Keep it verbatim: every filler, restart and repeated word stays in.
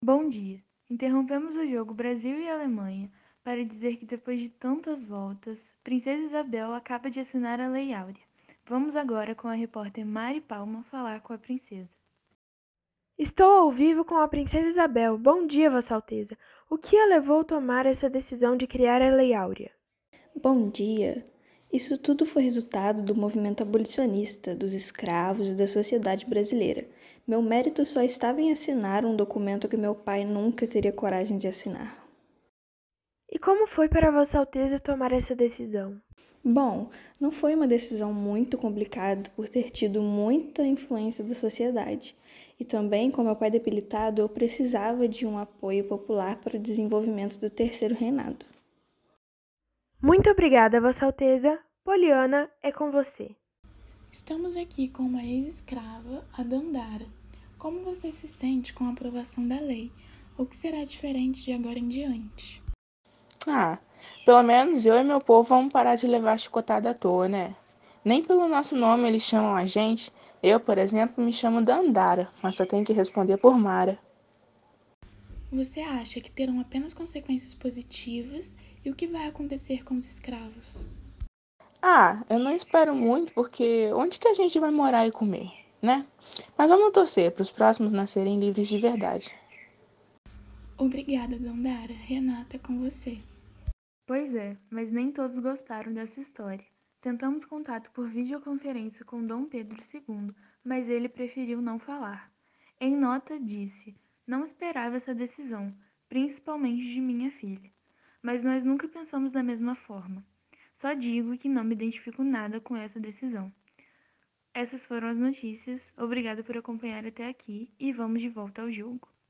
Bom dia. Interrompemos o jogo Brasil e Alemanha para dizer que depois de tantas voltas, Princesa Isabel acaba de assinar a Lei Áurea. Vamos agora com a repórter Mari Palma falar com a princesa. Estou ao vivo com a Princesa Isabel. Bom dia, Vossa Alteza. O que a levou a tomar essa decisão de criar a Lei Áurea? Bom dia! Isso tudo foi resultado do movimento abolicionista, dos escravos e da sociedade brasileira. Meu mérito só estava em assinar um documento que meu pai nunca teria coragem de assinar. E como foi para Vossa Alteza tomar essa decisão? Bom, não foi uma decisão muito complicada por ter tido muita influência da sociedade. E também, com meu pai debilitado, eu precisava de um apoio popular para o desenvolvimento do Terceiro Reinado. Muito obrigada, Vossa Alteza. Poliana, é com você. Estamos aqui com uma ex-escrava, a Dandara. Como você se sente com a aprovação da lei? O que será diferente de agora em diante? Ah, pelo menos eu e meu povo vamos parar de levar chicotada à toa, né? Nem pelo nosso nome eles chamam a gente. Eu, por exemplo, me chamo Dandara, mas só tenho que responder por Mara. Você acha que terão apenas consequências positivas e o que vai acontecer com os escravos? Ah, eu não espero muito porque onde que a gente vai morar e comer, né? Mas vamos torcer para os próximos nascerem livres de verdade. Obrigada, Dandara. Renata, é com você. Pois é, mas nem todos gostaram dessa história. Tentamos contato por videoconferência com Dom Pedro segundo, mas ele preferiu não falar. Em nota, disse: Não esperava essa decisão, principalmente de minha filha. Mas nós nunca pensamos da mesma forma. Só digo que não me identifico nada com essa decisão. Essas foram as notícias. Obrigada por acompanhar até aqui e vamos de volta ao jogo.